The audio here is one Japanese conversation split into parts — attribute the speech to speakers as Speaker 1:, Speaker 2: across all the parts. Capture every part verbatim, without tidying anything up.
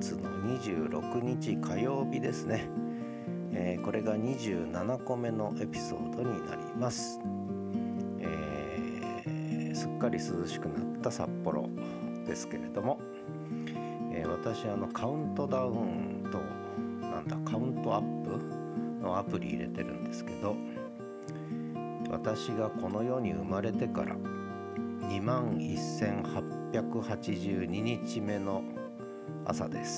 Speaker 1: つのにじゅうろくにち火曜日ですね、えー、これがにじゅうななこめのエピソードになります、えー、すっかり涼しくなった札幌ですけれども、えー、私あのカウントダウンとなんだカウントアップのアプリ入れてるんですけど、私がこの世に生まれてからにまんせんはっぴゃくはちじゅうににちめの朝です、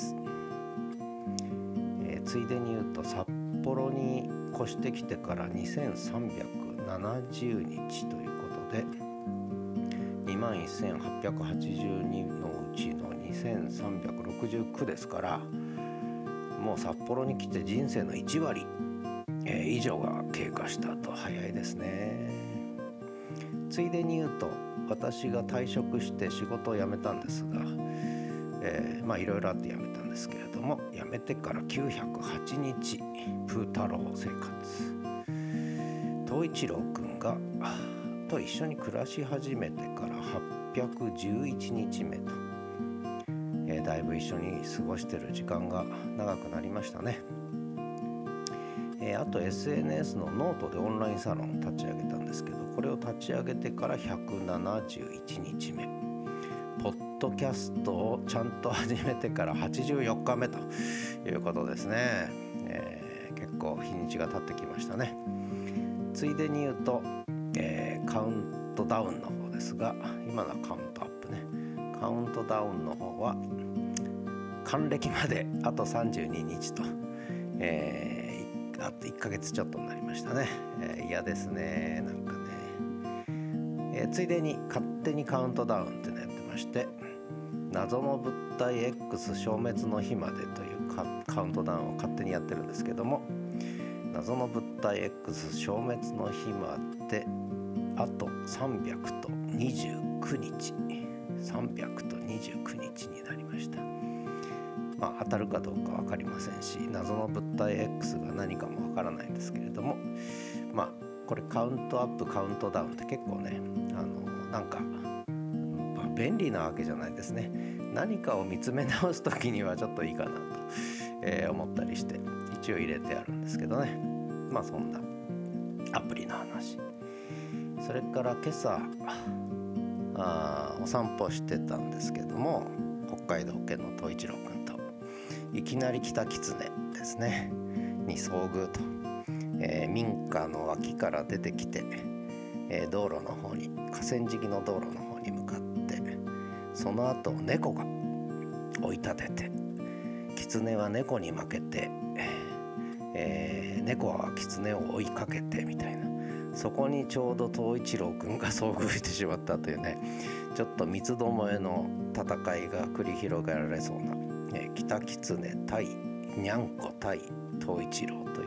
Speaker 1: えー、ついでに言うと札幌に越してきてからにせんさんびゃくななじゅうにちということで、にまんせんはっぴゃくはちじゅうにのうちのにせんさんびゃくろくじゅうきゅうですから、もう札幌に来て人生のいちわり、えー、以上が経過したと。早いですね。ついでに言うと私が退職して仕事を辞めたんですが、えー、まあいろいろあって辞めたんですけれども、辞めてからきゅうひゃくはちにちプー太郎生活、東一郎くんがと一緒に暮らし始めてからはっぴゃくじゅういちにちめと、えー、だいぶ一緒に過ごしてる時間が長くなりましたね。えー、あと エスエヌエス のノートでオンラインサロンを立ち上げたんですけど、これを立ち上げてからひゃくななじゅういちにちめ、ポッドキャストをちゃんと始めてからはちじゅうよっかめということですね、えー、結構日にちが経ってきましたね。ついでに言うと、えー、カウントダウンの方ですが、今のはカウントアップね。カウントダウンの方は還暦まであとさんじゅうににちと、えー、あといっかげつちょっとになりましたね。えー、嫌ですね。なんかね、えー、ついでに勝手にカウントダウンってのやってまして、謎の物体 X 消滅の日までというカ、カウントダウンを勝手にやってるんですけども、謎の物体 X 消滅の日まであとさんびゃくとにじゅうくにちさんびゃくとにじゅうくにちになりました。まあ当たるかどうか分かりませんし、謎の物体 X が何かも分からないんですけれども、まあこれカウントアップカウントダウンって結構ね、あのなんか、まあ、便利なわけじゃないですね。何かを見つめ直すときにはちょっといいかなと、えー、思ったりして一応入れてあるんですけどね。まあそんなアプリの話。それから今朝あお散歩してたんですけども、北海道犬の東一郎くんといきなりキタキツネですねに遭遇と、えー、民家の脇から出てきて、えー、道路の方に河川敷の道路の方に向かって、その後猫が追い立てて、キツネは猫に負けて、えー、猫はキツネを追いかけてみたいな、そこにちょうど東一郎くんが遭遇してしまったというね、ちょっと三つどもえの戦いが繰り広げられそうな、えー、キタキツネ対ニャンコ対東一郎という、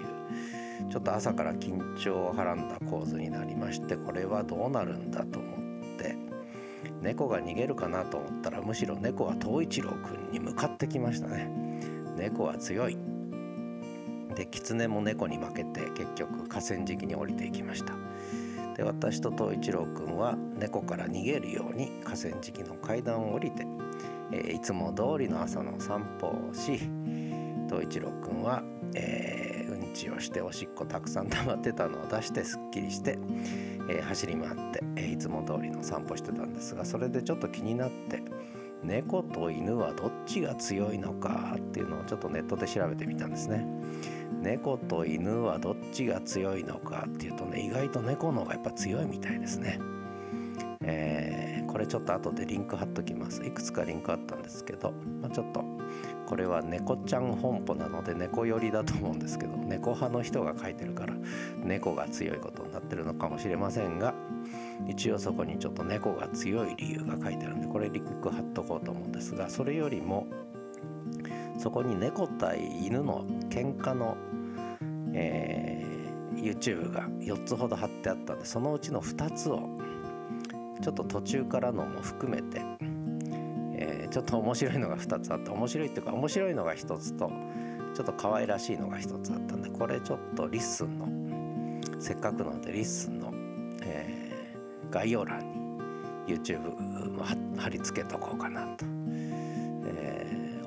Speaker 1: ちょっと朝から緊張をはらんだ構図になりまして、これはどうなるんだと思って、猫が逃げるかなと思ったら、むしろ猫は東一郎くんに向かってきましたね。猫は強い。でキツネも猫に負けて結局河川敷に降りていきました。で私と東一郎くんは猫から逃げるように河川敷の階段を降りて、えー、いつも通りの朝の散歩をし、東一郎くんは、えー、うんちをしておしっこたくさん溜まってたのを出してすっきりして、えー、走り回って、えー、いつも通りの散歩してたんですが、それでちょっと気になって、猫と犬はどっちが強いのかっていうのをちょっとネットで調べてみたんですね。猫と犬はどっちが強いのかっていうとね、意外と猫の方がやっぱ強いみたいですね。えー、これちょっと後でリンク貼っときます。いくつかリンクあったんですけど、まあ、ちょっとこれは猫ちゃん本舗なので猫寄りだと思うんですけど、猫派の人が書いてるから猫が強いことになってるのかもしれませんが、一応そこにちょっと猫が強い理由が書いてあるんで、これリンク貼っとこうと思うんですが、それよりもそこに猫対犬の喧嘩の、えー、YouTube がよっつほど貼ってあったんで、そのうちのふたつをちょっと途中からのも含めて、えー、ちょっと面白いのがふたつあって、面白いっていうか面白いのがひとつとちょっと可愛らしいのがひとつあったんで、これちょっとリッスンのせっかくなのでリッスンの、えー、概要欄に YouTube も貼り付けとこうかなと、えー、思ってます。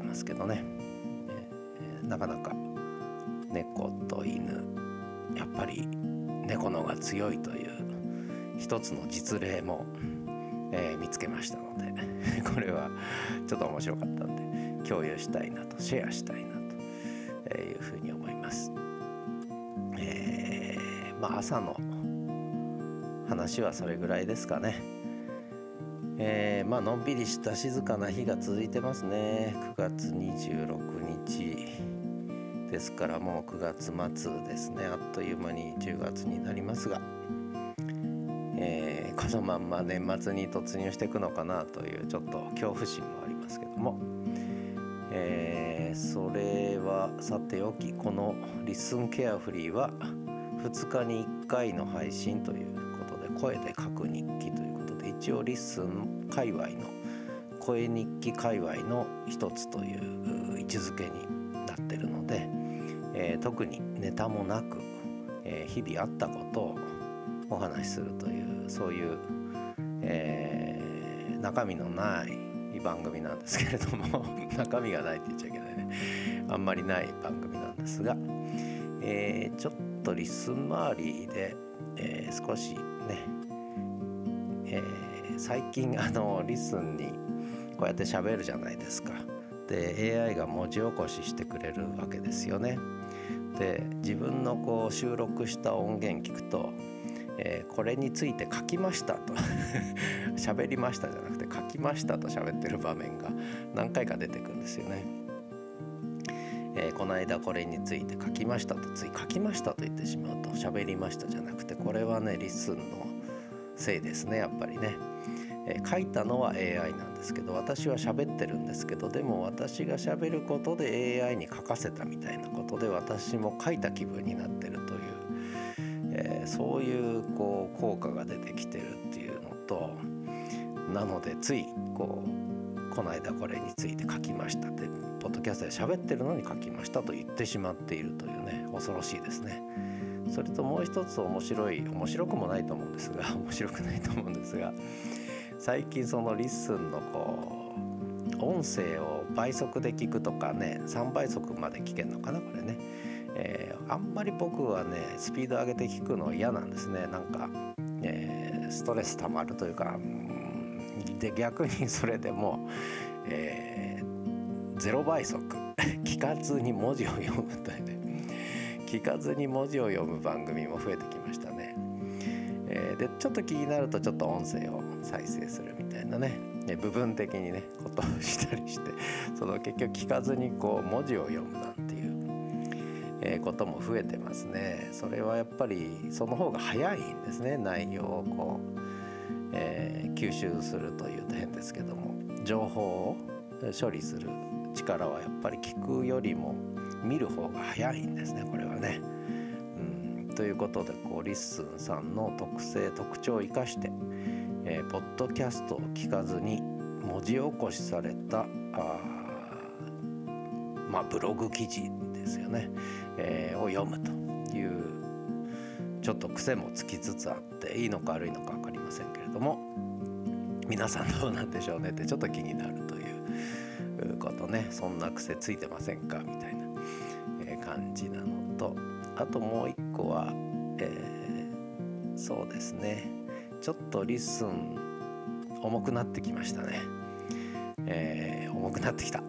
Speaker 1: ますけどね、えー、なかなか猫と犬やっぱり猫の方が強いという一つの実例も、えー、見つけましたのでこれはちょっと面白かったんで共有したいなとシェアしたいなというふうに思います。えー、まあ朝の話はそれぐらいですかね。えー、まあのんびりした静かな日が続いてますね。くがつにじゅうろくにちですからもうくがつ末ですね。あっという間にじゅうがつになりますが、えー、このまんま年末に突入していくのかなというちょっと恐怖心もありますけども、えー、それはさておき、このリッスンケアフリーはふつかにいっかいの配信ということで、声で書く日記ということで、一応リッスン界隈の声日記界隈の一つという位置づけになってるので、えー、特にネタもなく、えー、日々あったことをお話しするというそういう、えー、中身のない番組なんですけれども中身がないって言っちゃいけないねあんまりない番組なんですが、えー、ちょっとリスン周りで、えー、少しね、えー、最近あのリスンにこうやって喋るじゃないですか。で エーアイ が文字起こししてくれるわけですよね。で自分のこう収録した音源聞くと、えー、これについて書きましたと喋りましたじゃなくて書きましたと喋ってる場面が何回か出てくるんですよね。えー、この間これについて書きましたとつい書きましたと言ってしまうと喋りましたじゃなくて、これはねリッスンのせいですね。やっぱりね、えー、書いたのは エーアイ なんですけど、私は喋ってるんですけど、でも私が喋ることで エーアイ に書かせたみたいなことで私も書いた気分になってるという、えー、そういうこう効果が出てきてるっていうのと、なのでついこうこの間これについて書きましたってポッドキャストで喋ってるのに書きましたと言ってしまっているというね、恐ろしいですね。それともう一つ面白い面白くもないと思うんですが面白くないと思うんですが最近そのリッスンのこう音声を倍速で聞くとかね、さんばい速まで聞けるのかなこれね、えー、あんまり僕はねスピード上げて聞くの嫌なんですね。なんか、えー、ストレス溜まるというか、で逆にそれでもう、えー、ゼロばい速聞かずに文字を読むというね、聞かずに文字を読む番組も増えてきましたね。えー、でちょっと気になるとちょっと音声を再生するみたいなね、部分的にねことをしたりして、その結局聞かずにこう文字を読むなんていう、えー、ことも増えてますね。それはやっぱりその方が早いんですね。内容をこう、えー、吸収するというと変ですけども、情報を処理する力はやっぱり聞くよりも見る方が早いんですね、これはね。うんということでこうリッスンさんの特性特徴を生かして、えー、ポッドキャストを聞かずに文字起こしされたあまあブログ記事ですよね、えー、を読むというちょっと癖もつきつつあって、いいのか悪いのか分かりませんけれども、皆さんどうなんでしょうねってちょっと気になるということね。そんな癖ついてませんかみたいな感じなのと、あともう一個は、えー、そうですね、ちょっとリッスン重くなってきましたね。えー、重くなってきた、うん、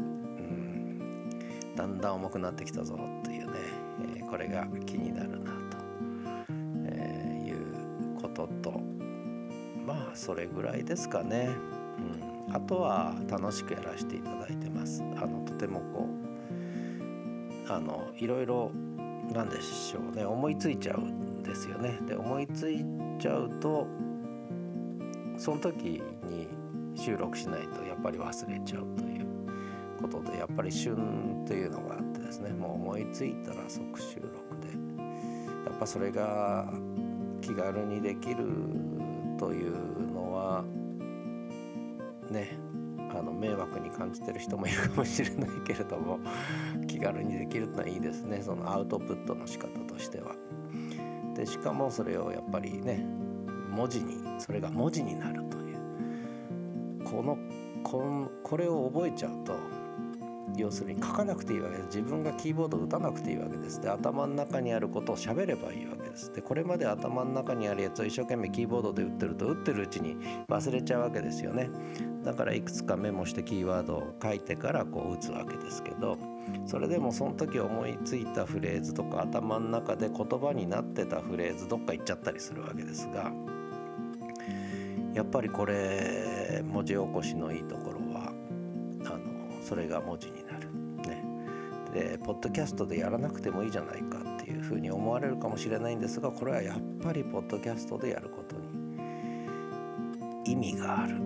Speaker 1: だんだん重くなってきたぞっていうね、えー、これが気になるなと、えー、いうことと、まあそれぐらいですかね。うん、あとは楽しくやらせていただいてます。あのとてもこうあのいろいろなんでしょうね、思いついちゃうんですよね。で思いついちゃうとその時に収録しないとやっぱり忘れちゃうということで、やっぱり旬というのがあってですね、もう思いついたら即収録で、やっぱそれが気軽にできるというのはね、あの迷惑に感じてる人もいるかもしれないけれども気軽にできるのはいいですね、そのアウトプットの仕方としては。でしかもそれをやっぱりね文字にそれが文字になるというこのこのこれを覚えちゃうと要するに書かなくていいわけです。自分がキーボードを打たなくていいわけです。で、頭の中にあることを喋ればいいわけです。で、これまで頭の中にあるやつを一生懸命キーボードで打ってると、打ってるうちに忘れちゃうわけですよね。だからいくつかメモしてキーワードを書いてからこう打つわけですけど、それでもその時思いついたフレーズとか頭の中で言葉になってたフレーズどっか行っちゃったりするわけですが、やっぱりこれ文字起こしのいいところはあのそれが文字になるね。で、ポッドキャストでやらなくてもいいじゃないかっていうふうに思われるかもしれないんですが、これはやっぱりポッドキャストでやることに意味がある。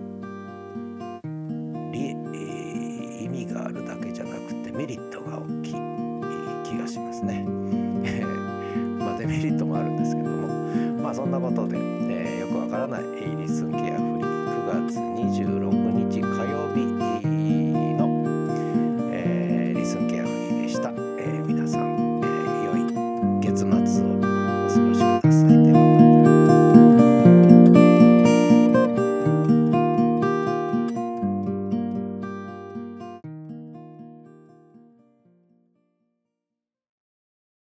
Speaker 1: 意味があるだけじゃなくてメリットが大きい気がしますね。まあデメリットもあるんですけども、まあそんなことで、えー、よくわからない